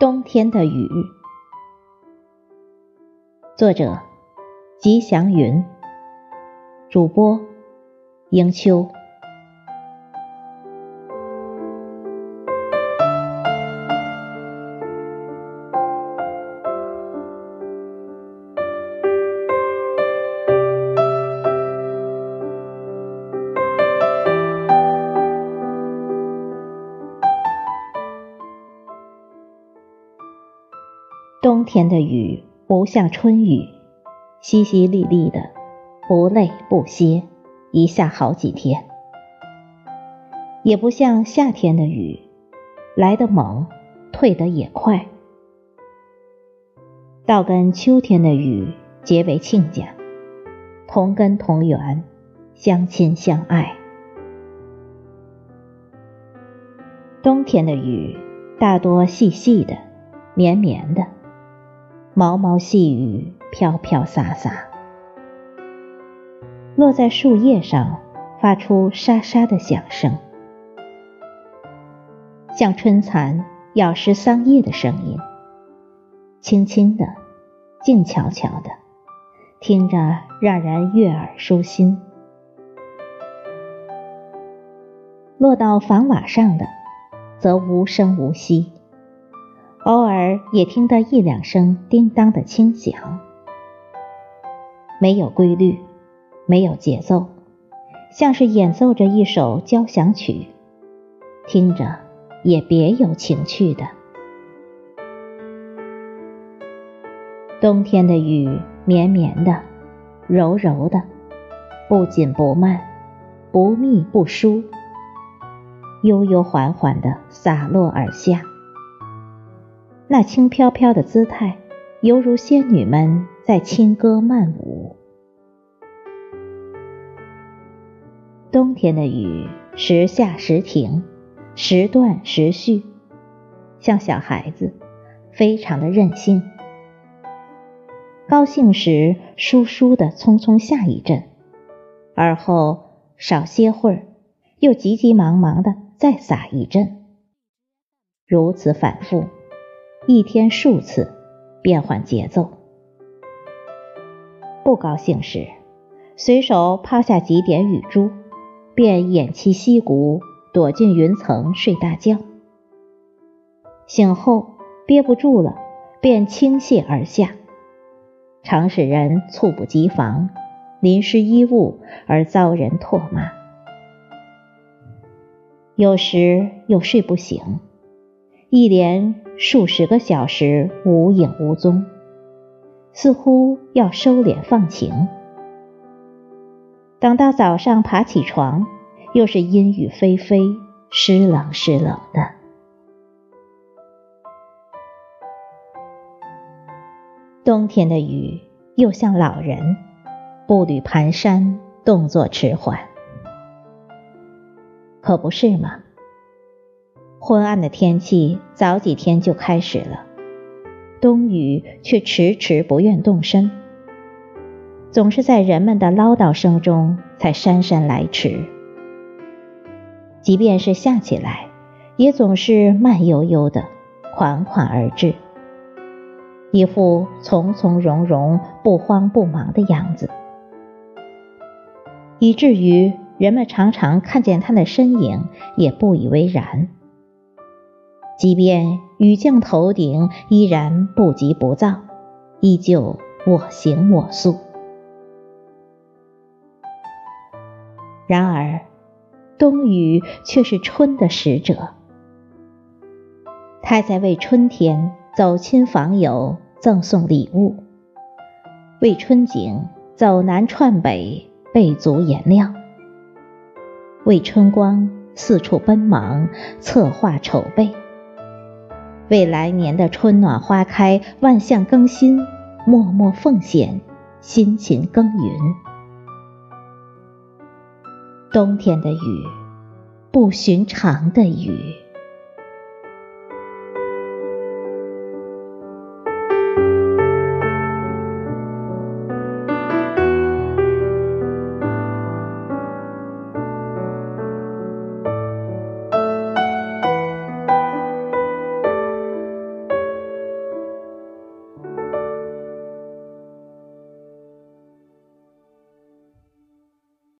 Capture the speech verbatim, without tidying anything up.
冬天的雨，作者吉祥云，主播迎秋。冬天的雨不像春雨，淅淅沥沥的，不累不歇，一下好几天；也不像夏天的雨，来得猛，退得也快。倒跟秋天的雨结为亲家，同根同源，相亲相爱。冬天的雨大多细细的，绵绵的，毛毛细雨飘飘洒洒，落在树叶上，发出沙沙的响声，像春蚕咬食桑叶的声音，轻轻的，静悄悄的，听着让人悦耳舒心。落到房瓦上的则无声无息，偶尔也听得一两声叮当的轻响，没有规律，没有节奏，像是演奏着一首交响曲，听着也别有情趣的。冬天的雨绵绵的，柔柔的，不紧不慢，不密不疏，悠悠缓缓地洒落而下。那轻飘飘的姿态，犹如仙女们在轻歌曼舞。冬天的雨时下时停，时断时续，像小孩子，非常的任性。高兴时疏疏的匆匆下一阵，而后少歇会儿，又急急忙忙的再洒一阵，如此反复，一天数次，变换节奏。不高兴时，随手抛下几点雨珠，便偃旗息鼓，躲进云层睡大觉。醒后憋不住了，便倾泻而下，常使人猝不及防，淋湿衣物而遭人唾骂。有时又睡不醒，一连数十个小时无影无踪，似乎要收敛放情。等到早上爬起床，又是阴雨霏霏，湿冷湿冷的。冬天的雨又像老人，步履蹒跚，动作迟缓。可不是吗？昏暗的天气早几天就开始了，冬雨却迟迟不愿动身，总是在人们的唠叨声中才姗姗来迟。即便是下起来，也总是慢悠悠的，款款而至，一副从从容容，不慌不忙的样子，以至于人们常常看见他的身影也不以为然。即便雨降头顶，依然不急不躁，依旧我行我素。然而冬雨却是春的使者，他在为春天走亲访友，赠送礼物，为春景走南串北，备足颜料，为春光四处奔忙，策划筹备，为来年的春暖花开，万象更新，默默奉献，辛勤耕耘。冬天的雨，不寻常的雨。